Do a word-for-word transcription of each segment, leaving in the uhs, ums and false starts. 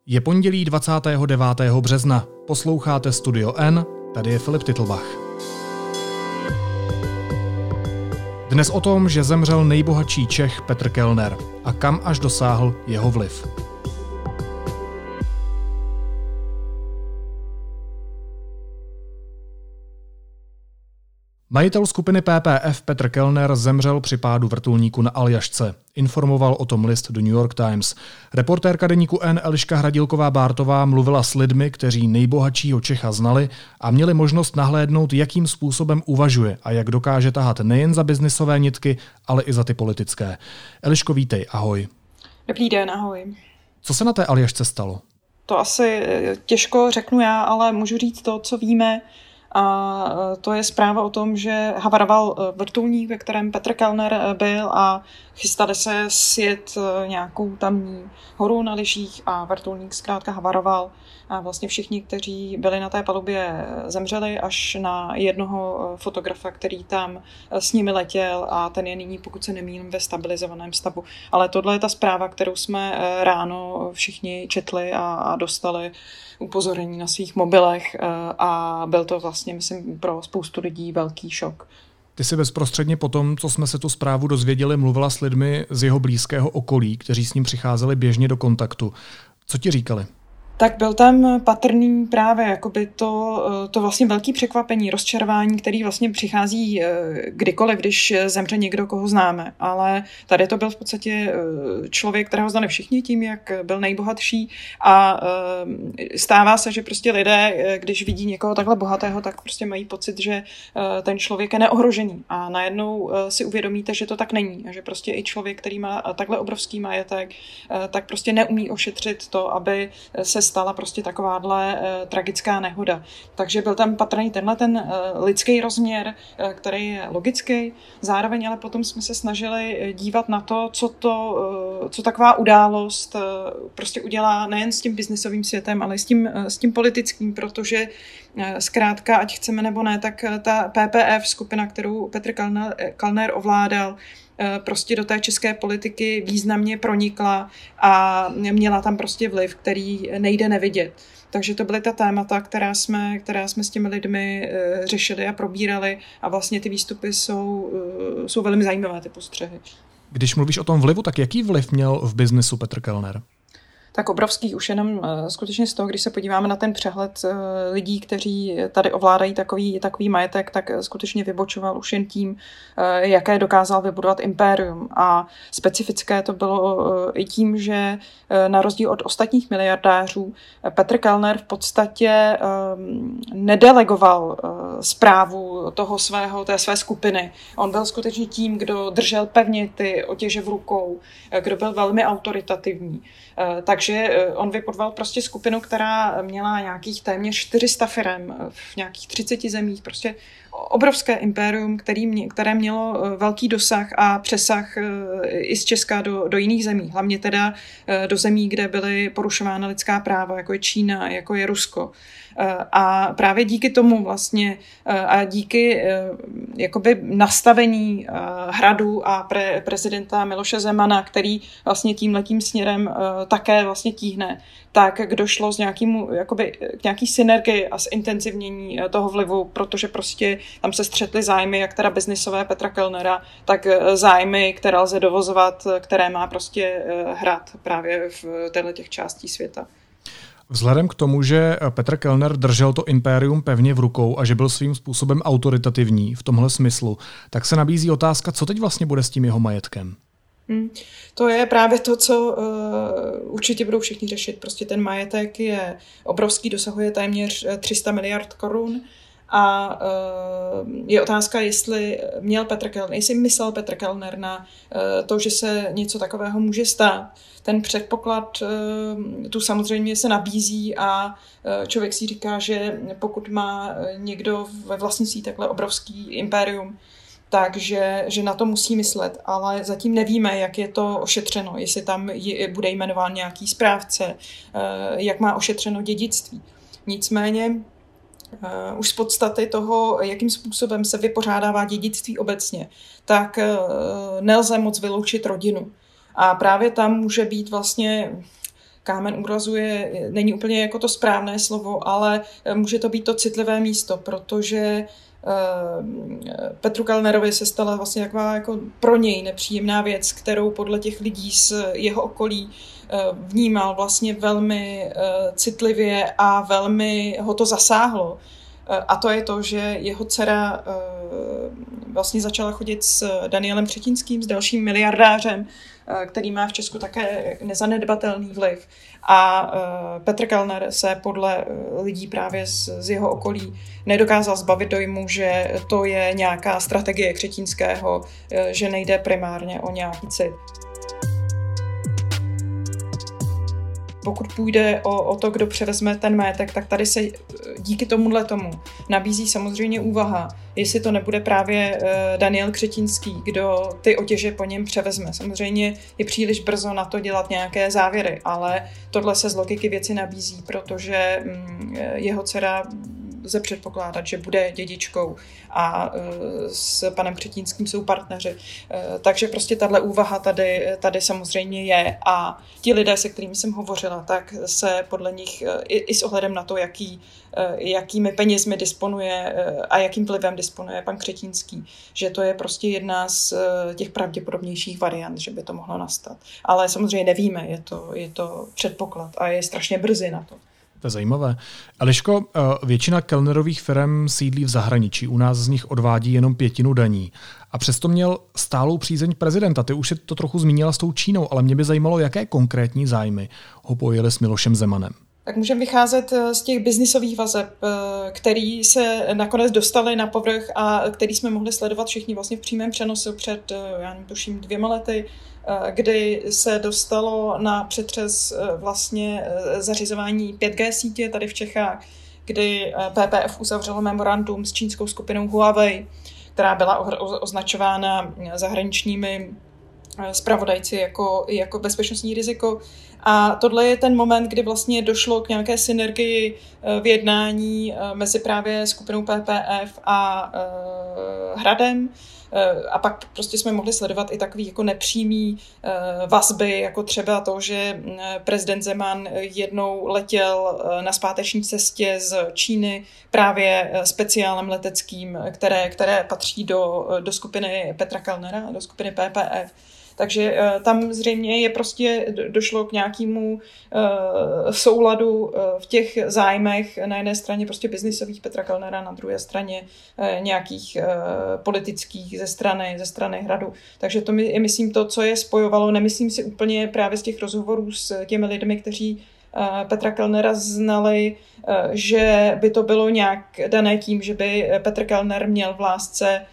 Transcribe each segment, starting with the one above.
Je pondělí dvacátého devátého března. Posloucháte Studio N, tady je Filip Titlbach. Dnes o tom, že zemřel nejbohatší Čech Petr Kellner a kam až dosáhl jeho vliv. Majitel skupiny P P F Petr Kellner zemřel při pádu vrtulníku na Aljašce. Informoval o tom list The New York Times. Reportérka deníku N Eliška Hradilková-Bártová mluvila s lidmi, kteří nejbohatšího Čecha znali a měli možnost nahlédnout, jakým způsobem uvažuje a jak dokáže tahat nejen za biznisové nitky, ale i za ty politické. Eliško, vítej, ahoj. Dobrý den, ahoj. Co se na té Aljašce stalo? To asi těžko řeknu já, ale můžu říct to, co víme. A to je zpráva o tom, že havaroval vrtulník, ve kterém Petr Kellner byl a chystali se sjet nějakou tamní horu na lyžích a vrtulník zkrátka havaroval. A vlastně všichni, kteří byli na té palubě, zemřeli až na jednoho fotografa, který tam s nimi letěl a ten je nyní, pokud se nemýlím, ve stabilizovaném stavu. Ale tohle je ta zpráva, kterou jsme ráno všichni četli a dostali upozornění na svých mobilech a byl to vlastně, myslím, pro spoustu lidí velký šok. Ty jsi bezprostředně po tom, co jsme se tu zprávu dozvěděli, mluvila s lidmi z jeho blízkého okolí, kteří s ním přicházeli běžně do kontaktu. Co ti říkali? Tak byl tam patrný právě jakoby to, to vlastně velké překvapení, rozčarování, který vlastně přichází kdykoliv, když zemře někdo, koho známe. Ale tady to byl v podstatě člověk, kterého znali všichni tím, jak byl nejbohatší a stává se, že prostě lidé, když vidí někoho takhle bohatého, tak prostě mají pocit, že ten člověk je neohrožený a najednou si uvědomíte, že to tak není a že prostě i člověk, který má takhle obrovský majetek, tak prostě neumí ošetřit to, aby se stala prostě takováhle uh, tragická nehoda. Takže byl tam patrný tenhle ten uh, lidský rozměr, uh, který je logický. Zároveň ale potom jsme se snažili dívat na to, co to, uh, co taková událost uh, prostě udělá nejen s tím biznesovým světem, ale i s tím, uh, s tím politickým, protože uh, zkrátka, ať chceme nebo ne, tak uh, ta P P F, skupina, kterou Petr Kellner, Kellner ovládal, prostě do té české politiky významně pronikla a měla tam prostě vliv, který nejde nevidět. Takže to byly ta témata, která jsme, která jsme s těmi lidmi řešili a probírali a vlastně ty výstupy jsou, jsou velmi zajímavé, ty postřehy. Když mluvíš o tom vlivu, tak jaký vliv měl v biznesu Petr Kellner? Tak obrovský už jenom skutečně z toho, když se podíváme na ten přehled lidí, kteří tady ovládají takový, takový majetek, tak skutečně vybočoval už jen tím, jaké dokázal vybudovat impérium. A specifické to bylo i tím, že na rozdíl od ostatních miliardářů Petr Kellner v podstatě nedelegoval správu toho svého, té své skupiny. On byl skutečně tím, kdo držel pevně ty otěže v rukou, kdo byl velmi autoritativní. Takže on vybudoval prostě skupinu, která měla nějakých téměř čtyři sta firem v nějakých třiceti zemích, prostě obrovské impérium, který, které mělo velký dosah a přesah i z Česka do, do jiných zemí, hlavně teda do zemí, kde byly porušována lidská práva, jako je Čína, jako je Rusko. A právě díky tomu vlastně a díky jakoby nastavení hradu a pre, prezidenta Miloše Zemana, který vlastně tímhletím směrem také vlastně tíhne, tak došlo s nějakým, jakoby, k nějaký synergii a zintenzivnění toho vlivu, protože prostě tam se střetly zájmy, jak teda biznisové Petra Kellnera, tak zájmy, které lze dovozovat, které má prostě hrad právě v této těch částí světa. Vzhledem k tomu, že Petr Kellner držel to impérium pevně v rukou a že byl svým způsobem autoritativní v tomhle smyslu, tak se nabízí otázka, co teď vlastně bude s tím jeho majetkem. Hmm. To je právě to, co uh, určitě budou všichni řešit. Prostě ten majetek je obrovský, dosahuje téměř tři sta miliard korun a uh, je otázka, jestli měl Petr Kellner, jestli myslel Petr Kellner na uh, to, že se něco takového může stát. Ten předpoklad uh, tu samozřejmě se nabízí a uh, člověk si říká, že pokud má někdo ve vlastnictví takhle obrovský impérium, takže že na to musí myslet, ale zatím nevíme, jak je to ošetřeno, jestli tam je, bude jmenován nějaký správce, jak má ošetřeno dědictví. Nicméně uh, už z podstaty toho, jakým způsobem se vypořádává dědictví obecně, tak uh, nelze moc vyloučit rodinu. A právě tam může být vlastně kámen úrazu je, není úplně jako to správné slovo, ale může to být to citlivé místo, protože Petru Kellnerovi se stala vlastně taková jako pro něj nepříjemná věc, kterou podle těch lidí z jeho okolí vnímal vlastně velmi citlivě a velmi ho to zasáhlo. A to je to, že jeho dcera vlastně začala chodit s Danielem Křetínským, s dalším miliardářem, který má v Česku také nezanedbatelný vliv. A Petr Kellner se podle lidí právě z, z jeho okolí nedokázal zbavit dojmu, že to je nějaká strategie Křetínského, že nejde primárně o nějaký cit. Pokud půjde o, o to, kdo převezme ten majetek, tak tady se díky tomuhle tomu nabízí samozřejmě úvaha, jestli to nebude právě Daniel Křetínský, kdo ty otěže po něm převezme. Samozřejmě je příliš brzo na to dělat nějaké závěry, ale tohle se z logiky věci nabízí, protože jeho dcera lze předpokládat, že bude dědičkou a s panem Křetínským jsou partneři. Takže prostě tahle úvaha tady, tady samozřejmě je a ti lidé, se kterými jsem hovořila, tak se podle nich i, i s ohledem na to, jaký, jakými penězmi disponuje a jakým vlivem disponuje pan Křetínský, že to je prostě jedna z těch pravděpodobnějších variant, že by to mohlo nastat. Ale samozřejmě nevíme, je to, je to předpoklad a je strašně brzy na to. To je zajímavé. Eliško, většina Kellnerových firem sídlí v zahraničí, u nás z nich odvádí jenom pětinu daní. A přesto měl stálou přízeň prezidenta. Ty už si to trochu zmínila s tou Čínou, ale mě by zajímalo, jaké konkrétní zájmy ho pojily s Milošem Zemanem. Tak můžeme vycházet z těch biznisových vazeb, který se nakonec dostaly na povrch a který jsme mohli sledovat všichni vlastně v přímém přenosu před, já nevím, tuším dvěma lety, kdy se dostalo na přetřes vlastně zařizování pět G sítě tady v Čechách, kdy P P F uzavřelo memorandum s čínskou skupinou Huawei, která byla označována zahraničními zpravodajci jako, jako bezpečnostní riziko. A tohle je ten moment, kdy vlastně došlo k nějaké synergii v jednání mezi právě skupinou P P F a Hradem. A pak prostě jsme mohli sledovat i takový jako nepřímý vazby, jako třeba to, že prezident Zeman jednou letěl na zpáteční cestě z Číny právě speciálem leteckým, které, které patří do, do skupiny Petra Kellnera, do skupiny P P F. Takže tam zřejmě je prostě došlo k nějakému uh, souladu uh, v těch zájmech, na jedné straně prostě biznisových Petra Kellnera, na druhé straně uh, nějakých uh, politických ze strany, ze strany Hradu. Takže to je, myslím, to, co je spojovalo. Nemyslím si úplně právě z těch rozhovorů s těmi lidmi, kteří uh, Petra Kellnera znali, uh, že by to bylo nějak dané tím, že by Petr Kellner měl v lásce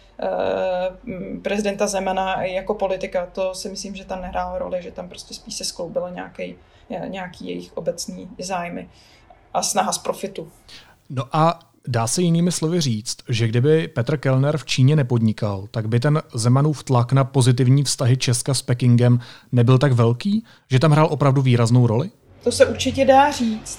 prezidenta Zemana jako politika. To si myslím, že tam nehrálo roli, že tam prostě spíš se skloubilo nějaký, nějaký jejich obecný zájmy a snaha z profitu. No a dá se jinými slovy říct, že kdyby Petr Kellner v Číně nepodnikal, tak by ten Zemanův tlak na pozitivní vztahy Česka s Pekingem nebyl tak velký, že tam hrál opravdu výraznou roli? To se určitě dá říct,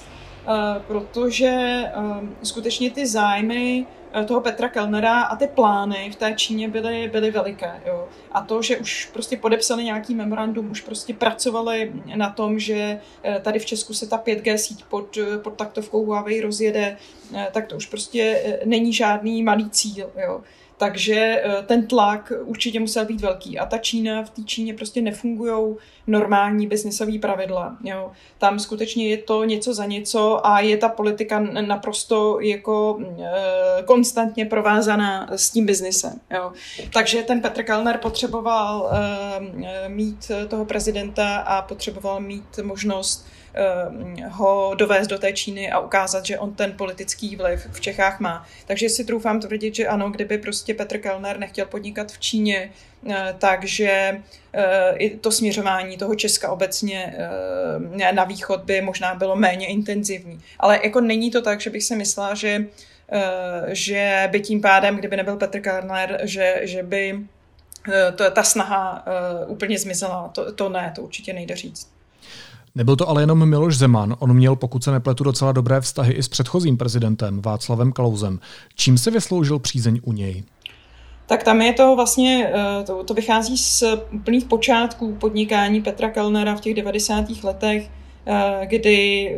protože skutečně ty zájmy toho Petra Kellnera a ty plány v té Číně byly, byly veliké. Jo. A to, že už prostě podepsali nějaký memorandum, už prostě pracovali na tom, že tady v Česku se ta pět G síť pod, pod taktovkou Huawei rozjede, tak to už prostě není žádný malý cíl. Jo. Takže ten tlak určitě musel být velký. A ta Čína, v té Číně prostě nefungujou normální biznisové pravidla. Jo. Tam skutečně je to něco za něco a je ta politika naprosto jako e, konstantně provázaná s tím biznisem. Jo. Takže ten Petr Kellner potřeboval e, mít toho prezidenta a potřeboval mít možnost ho dovést do té Číny a ukázat, že on ten politický vliv v Čechách má. Takže si troufám tvrdit, že ano, kdyby prostě Petr Kellner nechtěl podnikat v Číně, takže i to směřování toho Česka obecně na východ by možná bylo méně intenzivní. Ale jako není to tak, že bych si myslela, že, že by tím pádem, kdyby nebyl Petr Kellner, že, že by to, ta snaha úplně zmizela. To, to ne, to určitě nejde říct. Nebyl to ale jenom Miloš Zeman, on měl, pokud se nepletu, docela dobré vztahy i s předchozím prezidentem Václavem Klausem. Čím se vysloužil přízeň u něj? Tak tam je to vlastně, to, to vychází z úplných počátků podnikání Petra Kellnera v těch devadesátých letech, kdy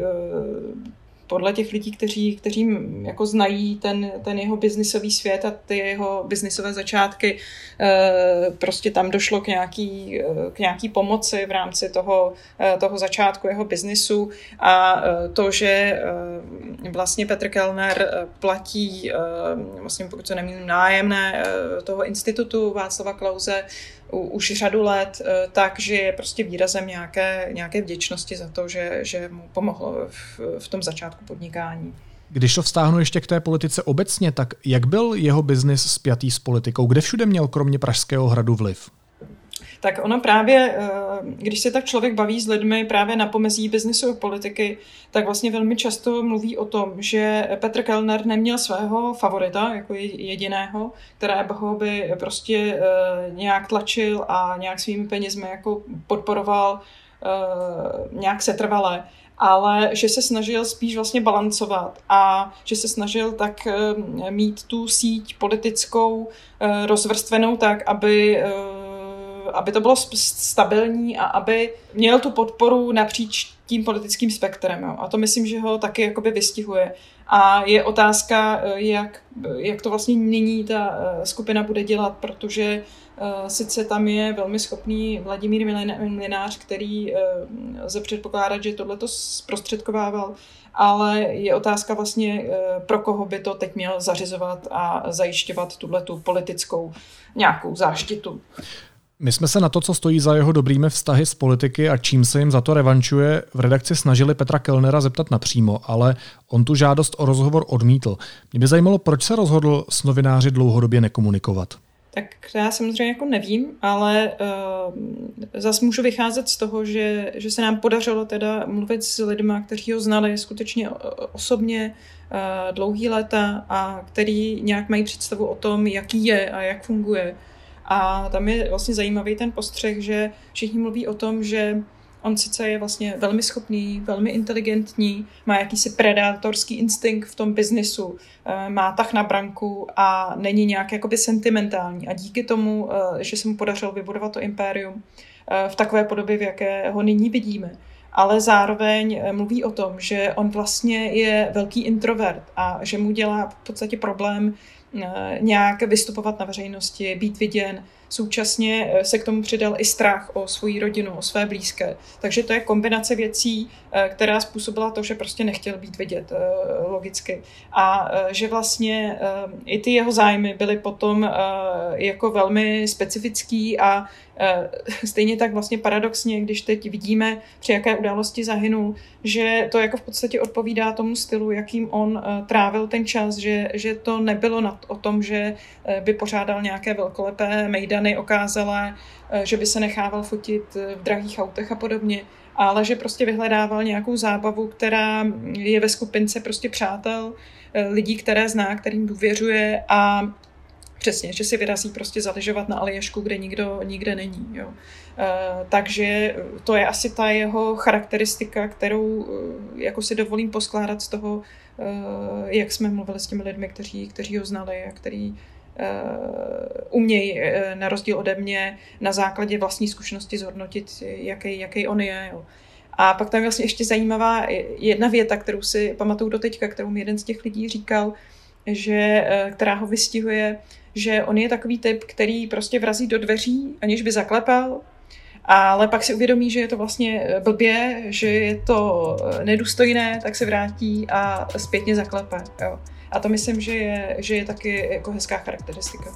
podle těch lidí, kteří, kteří jako znají ten, ten jeho biznisový svět a ty jeho biznisové začátky, prostě tam došlo k nějaký, k nějaký pomoci v rámci toho, toho začátku jeho biznisu a to, že vlastně Petr Kellner platí, vlastně pokud se nemýlím, nájemné toho institutu Václava Klause už řadu let, takže je prostě výrazem nějaké, nějaké vděčnosti za to, že, že mu pomohlo v, v tom začátku podnikání. Když to vztáhnu ještě k té politice obecně, tak jak byl jeho biznis spjatý s politikou? Kde všude měl kromě Pražského hradu vliv? Tak ono právě, když se tak člověk baví s lidmi právě na pomezí biznesu a politiky, tak vlastně velmi často mluví o tom, že Petr Kellner neměl svého favorita jako jediného, kterého by prostě nějak tlačil a nějak svými penězmi jako podporoval nějak setrvale, ale že se snažil spíš vlastně balancovat a že se snažil tak mít tu síť politickou rozvrstvenou tak, aby aby to bylo stabilní a aby měl tu podporu napříč tím politickým spektrem. Jo. A to myslím, že ho taky jakoby vystihuje. A je otázka, jak, jak to vlastně nyní ta skupina bude dělat, protože uh, sice tam je velmi schopný Vladimír Mlynář, který uh, lze předpokládat, že tohleto zprostředkovával, ale je otázka vlastně, uh, pro koho by to teď měl zařizovat a zajišťovat tuhletu politickou nějakou záštitu. My jsme se na to, co stojí za jeho dobrými vztahy s politiky a čím se jim za to revančuje, v redakci snažili Petra Kellnera zeptat napřímo, ale on tu žádost o rozhovor odmítl. Mě by zajímalo, proč se rozhodl s novináři dlouhodobě nekomunikovat. Tak já samozřejmě jako nevím, ale uh, zas můžu vycházet z toho, že, že se nám podařilo teda mluvit s lidmi, kteří ho znali skutečně osobně uh, dlouhý léta a který nějak mají představu o tom, jaký je a jak funguje. A tam je vlastně zajímavý ten postřeh, že všichni mluví o tom, že on sice je vlastně velmi schopný, velmi inteligentní, má jakýsi predátorský instinkt v tom biznisu, má tah na branku a není nějak jakoby sentimentální. A díky tomu, že se mu podařilo vybudovat to impérium v takové podobě, v jaké ho nyní vidíme, ale zároveň mluví o tom, že on vlastně je velký introvert a že mu dělá v podstatě problém nějak vystupovat na veřejnosti, být viděn. Současně se k tomu přidal i strach o svou rodinu, o své blízké. Takže to je kombinace věcí, která způsobila to, že prostě nechtěl být vidět logicky. A že vlastně i ty jeho zájmy byly potom jako velmi specifický a stejně tak vlastně paradoxně, když teď vidíme, při jaké události zahynul, že to jako v podstatě odpovídá tomu stylu, jakým on trávil ten čas, že, že to nebylo nad, o tom, že by pořádal nějaké velkolepé mejdany okázalé, že by se nechával fotit v drahých autech a podobně, ale že prostě vyhledával nějakou zábavu, která je ve skupince prostě přátel, lidí, které zná, kterým důvěřuje a přesně, že si vyrazí prostě zaležovat na Aljašku, kde nikdo nikde není. Jo. E, takže to je asi ta jeho charakteristika, kterou jako si dovolím poskládat z toho, e, jak jsme mluvili s těmi lidmi, kteří, kteří ho znali a který e, umějí e, na rozdíl ode mě na základě vlastní zkušenosti zhodnotit, jaký, jaký on je. Jo. A pak tam je vlastně ještě zajímavá jedna věta, kterou si pamatuju doteďka, kterou mi jeden z těch lidí říkal, že, která ho vystihuje, že on je takový typ, který prostě vrazí do dveří, aniž by zaklepal, ale pak si uvědomí, že je to vlastně blbě, že je to nedůstojné, tak se vrátí a zpětně zaklepe. Jo. A to myslím, že je, že je taky jako hezká charakteristika.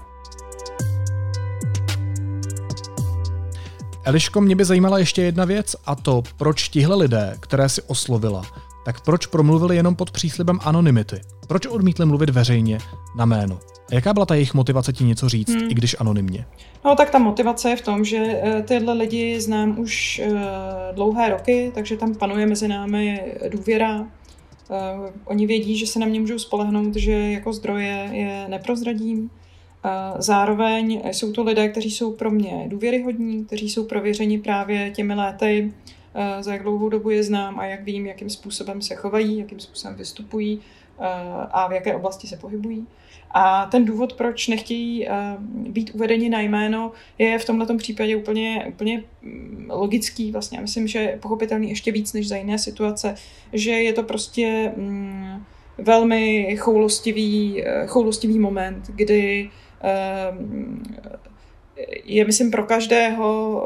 Eliško, mě by zajímala ještě jedna věc, a to, proč tihle lidé, které si oslovila, tak proč promluvili jenom pod příslibem anonymity? Proč odmítli mluvit veřejně na jméno? A jaká byla ta jejich motivace ti něco říct, hmm. i když anonymně? No tak ta motivace je v tom, že tyhle lidi znám už uh, dlouhé roky, takže tam panuje mezi námi důvěra. Uh, oni vědí, že se na mě můžou spolehnout, že jako zdroje je neprozradím. Uh, zároveň jsou to lidé, kteří jsou pro mě důvěryhodní, kteří jsou prověřeni právě těmi léty za jak dlouhou dobu je znám a jak vím, jakým způsobem se chovají, jakým způsobem vystupují a v jaké oblasti se pohybují. A ten důvod, proč nechtějí být uvedeni na jméno, je v tomhletom případě úplně, úplně logický. Vlastně. Já myslím, že je pochopitelný ještě víc než za jiné situace, že je to prostě mm, velmi choulostivý, choulostivý moment, kdy je, myslím, pro každého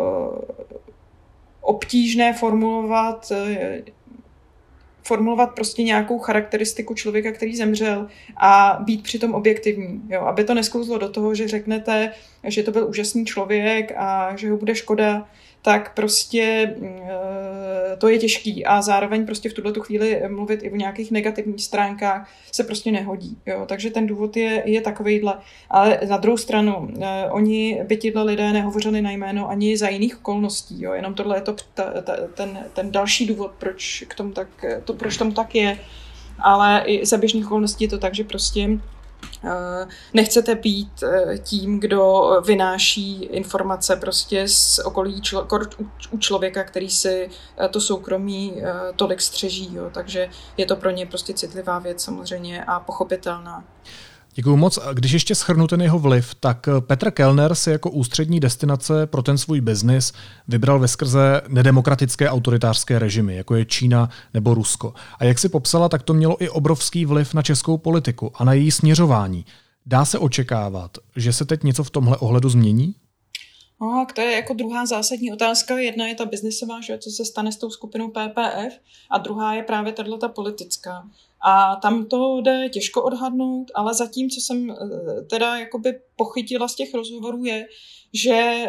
obtížné formulovat formulovat prostě nějakou charakteristiku člověka, který zemřel a být přitom objektivní. Jo? Aby to nesklouzlo do toho, že řeknete, že to byl úžasný člověk a že ho bude škoda, tak prostě to je těžký a zároveň prostě v tuhletu chvíli mluvit i o nějakých negativních stránkách se prostě nehodí. Jo? Takže ten důvod je, je takovejhle. Ale na druhou stranu, oni by tihle lidé nehovořili na jméno ani za jiných okolností. Jo? Jenom tohle je to, ta, ta, ten, ten další důvod, proč, k tomu tak, to, proč tomu tak je. Ale i za běžných okolností je to tak, že prostě nechcete být tím, kdo vynáší informace prostě z okolí člo, u člověka, který si to soukromí tolik střeží. Jo. Takže je to pro ně prostě citlivá věc samozřejmě a pochopitelná. Děkuju moc. Když ještě shrnu ten jeho vliv, tak Petr Kellner si jako ústřední destinace pro ten svůj biznis vybral veskrze nedemokratické autoritářské režimy, jako je Čína nebo Rusko. A jak si popsala, tak to mělo i obrovský vliv na českou politiku a na její směřování. Dá se očekávat, že se teď něco v tomhle ohledu změní? No, to je jako druhá zásadní otázka. Jedna je ta biznisová, že co se stane s tou skupinou P P F, a druhá je právě tato politická. A tam to jde těžko odhadnout, ale zatím, co jsem teda jakoby pochytila z těch rozhovorů, je, že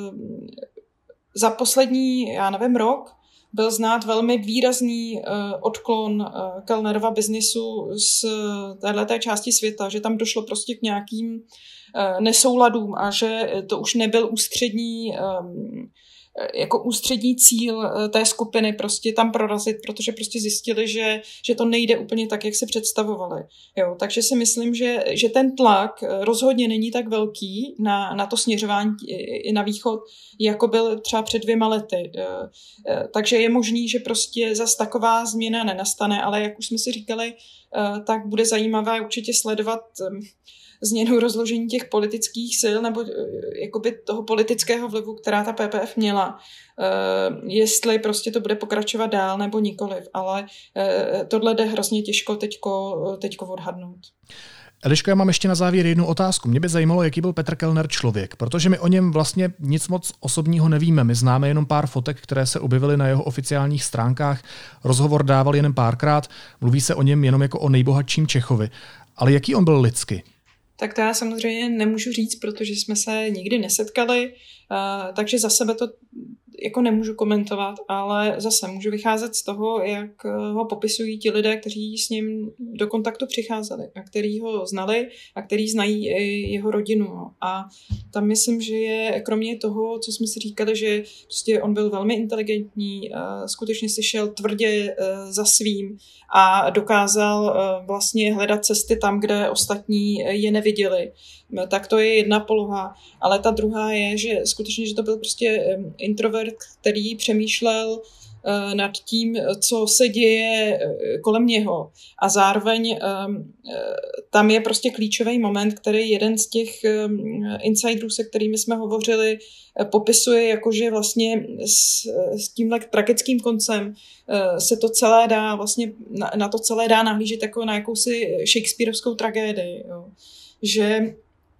za poslední, já nevím, rok byl znát velmi výrazný odklon Kellnerova biznisu z téhleté části světa, že tam došlo prostě k nějakým nesouladům a že to už nebyl ústřední jako ústřední cíl té skupiny prostě tam prorazit, protože prostě zjistili, že, že to nejde úplně tak, jak se představovali. Jo, takže si myslím, že, že ten tlak rozhodně není tak velký na, na to směřování na východ, jako byl třeba před dvěma lety. Takže je možný, že prostě zas taková změna nenastane, ale jak už jsme si říkali, tak bude zajímavé určitě sledovat změnu rozložení těch politických sil nebo jakoby toho politického vlivu, která ta P P F měla. Jestli prostě to bude pokračovat dál nebo nikoliv, ale tohle jde hrozně těžko teďko, teďko odhadnout. Eliško, já mám ještě na závěr jednu otázku. Mě by zajímalo, jaký byl Petr Kellner člověk, protože my o něm vlastně nic moc osobního nevíme. My známe jenom pár fotek, které se objevily na jeho oficiálních stránkách. Rozhovor dával jen párkrát, mluví se o něm jenom jako o nejbohatším Čechovi. Ale jaký on byl lidsky? Tak to já samozřejmě nemůžu říct, protože jsme se nikdy nesetkali, takže za sebe to jako nemůžu komentovat, ale zase můžu vycházet z toho, jak ho popisují ti lidé, kteří s ním do kontaktu přicházeli a který ho znali a který znají i jeho rodinu. A tam myslím, že je kromě toho, co jsme si říkali, že prostě on byl velmi inteligentní, skutečně si šel tvrdě za svým a dokázal vlastně hledat cesty tam, kde ostatní je neviděli. Tak to je jedna poloha, ale ta druhá je, že skutečně, že to byl prostě introvert, který přemýšlel nad tím, co se děje kolem něho. A zároveň tam je prostě klíčový moment, který jeden z těch insiderů, se kterými jsme hovořili, popisuje, jakože vlastně s, s tímhle tragickým koncem se to celé dá, vlastně na, na to celé dá nahlížet jako na jakousi shakespearovskou tragédii. Jo. Že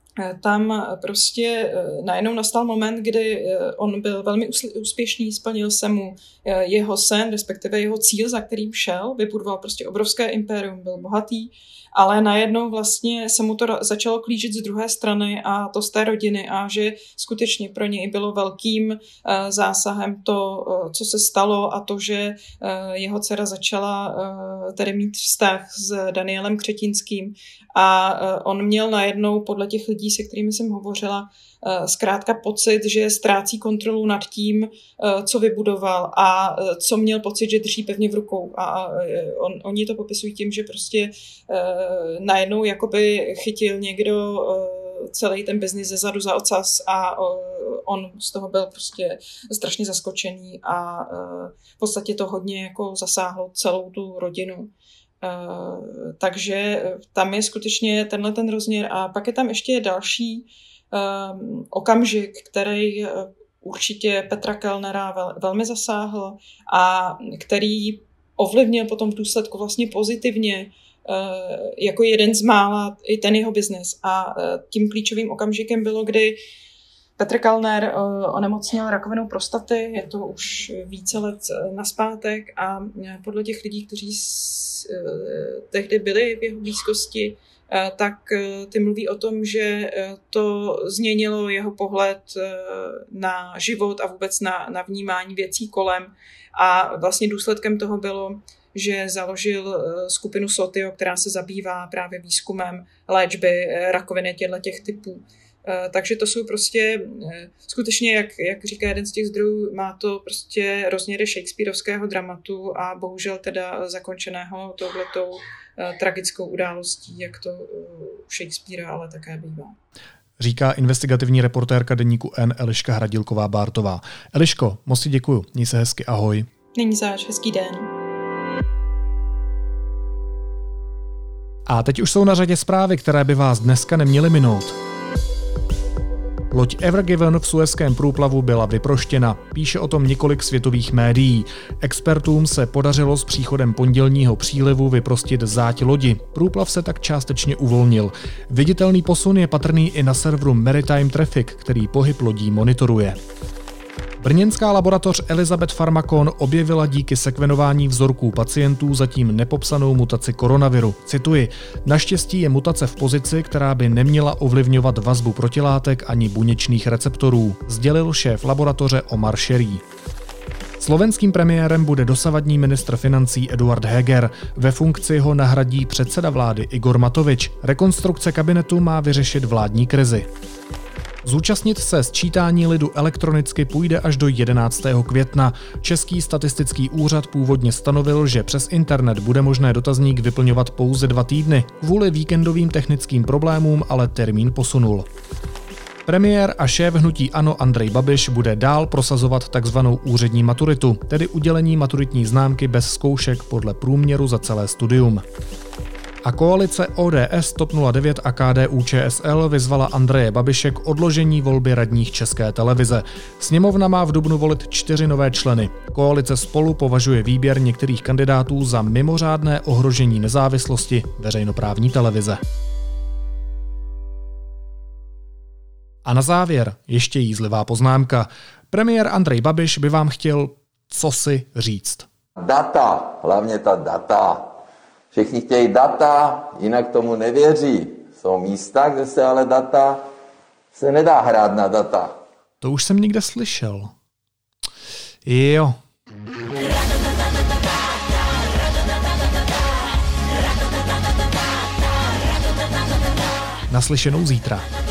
tam prostě najednou nastal moment, kdy on byl velmi úspěšný, splnil se mu jeho sen, respektive jeho cíl, za kterým šel, vybudoval prostě obrovské impérium, byl bohatý, ale najednou vlastně se mu to začalo klížit z druhé strany a to z té rodiny a že skutečně pro něj bylo velkým zásahem to, co se stalo a to, že jeho dcera začala tedy mít vztah s Danielem Křetínským a on měl najednou podle těch lidí, se kterými jsem hovořila, zkrátka pocit, že ztrácí kontrolu nad tím, co vybudoval a co měl pocit, že drží pevně v rukou. A on, oni to popisují tím, že prostě najednou jakoby chytil někdo celý ten biznis ze zadu za ocas a on z toho byl prostě strašně zaskočený a v podstatě to hodně jako zasáhlo celou tu rodinu. Takže tam je skutečně tenhle ten rozměr a pak je tam ještě další okamžik, který určitě Petra Kellnera vel, velmi zasáhl a který ovlivnil potom v důsledku vlastně pozitivně jako jeden z mála i ten jeho biznes. A tím klíčovým okamžikem bylo, kdy Petr Kellner onemocněl rakovinou prostaty, je to už více let nazpátek a podle těch lidí, kteří tehdy byli v jeho blízkosti, tak ty mluví o tom, že to změnilo jeho pohled na život a vůbec na, na vnímání věcí kolem. A vlastně důsledkem toho bylo, že založil skupinu Sotio, která se zabývá právě výzkumem léčby rakoviny těch typů. Takže to jsou prostě skutečně, jak, jak říká jeden z těch zdrojů, má to prostě rozměry shakespearovského dramatu a bohužel teda zakončeného touhletou tragickou událostí, jak to u Shakespearea ale také bývá. Říká investigativní reportérka deníku N Eliška Hradílková-Bártová. Eliško, moc ti děkuju, měj se hezky, ahoj. Není zač, hezký den. A teď už jsou na řadě zprávy, které by vás dneska neměly minout. Loď Ever Given v Suezském průplavu byla vyproštěna. Píše o tom několik světových médií. Expertům se podařilo s příchodem pondělního přílivu vyprostit záď lodi. Průplav se tak částečně uvolnil. Viditelný posun je patrný i na serveru Maritime Traffic, který pohyb lodí monitoruje. Brněnská laboratoř Elizabeth Pharmacon objevila díky sekvenování vzorků pacientů zatím nepopsanou mutaci koronaviru. Cituji, naštěstí je mutace v pozici, která by neměla ovlivňovat vazbu protilátek ani buněčných receptorů, sdělil šéf laboratoře Omar Šerý. Slovenským premiérem bude dosavadní ministr financí Eduard Heger. Ve funkci ho nahradí předseda vlády Igor Matovič. Rekonstrukce kabinetu má vyřešit vládní krizi. Zúčastnit se sčítání lidu elektronicky půjde až do jedenáctého května. Český statistický úřad původně stanovil, že přes internet bude možné dotazník vyplňovat pouze dva týdny. Kvůli víkendovým technickým problémům ale termín posunul. Premiér a šéf hnutí ANO Andrej Babiš bude dál prosazovat takzvanou úřední maturitu, tedy udělení maturitní známky bez zkoušek podle průměru za celé studium. A koalice O D S, TOP nula devět a K D U Č S L vyzvala Andreje Babiše k odložení volby radních České televize. Sněmovna má v dubnu volit čtyři nové členy. Koalice Spolu považuje výběr některých kandidátů za mimořádné ohrožení nezávislosti veřejnoprávní televize. A na závěr ještě jízlivá poznámka. Premiér Andrej Babiš by vám chtěl cosi říct. Data, hlavně ta data. Všichni chtějí data, jinak tomu nevěří. Jsou místa, kde se ale data se nedá hrát na data. To už jsem někde slyšel. Jo. Naslyšenou zítra.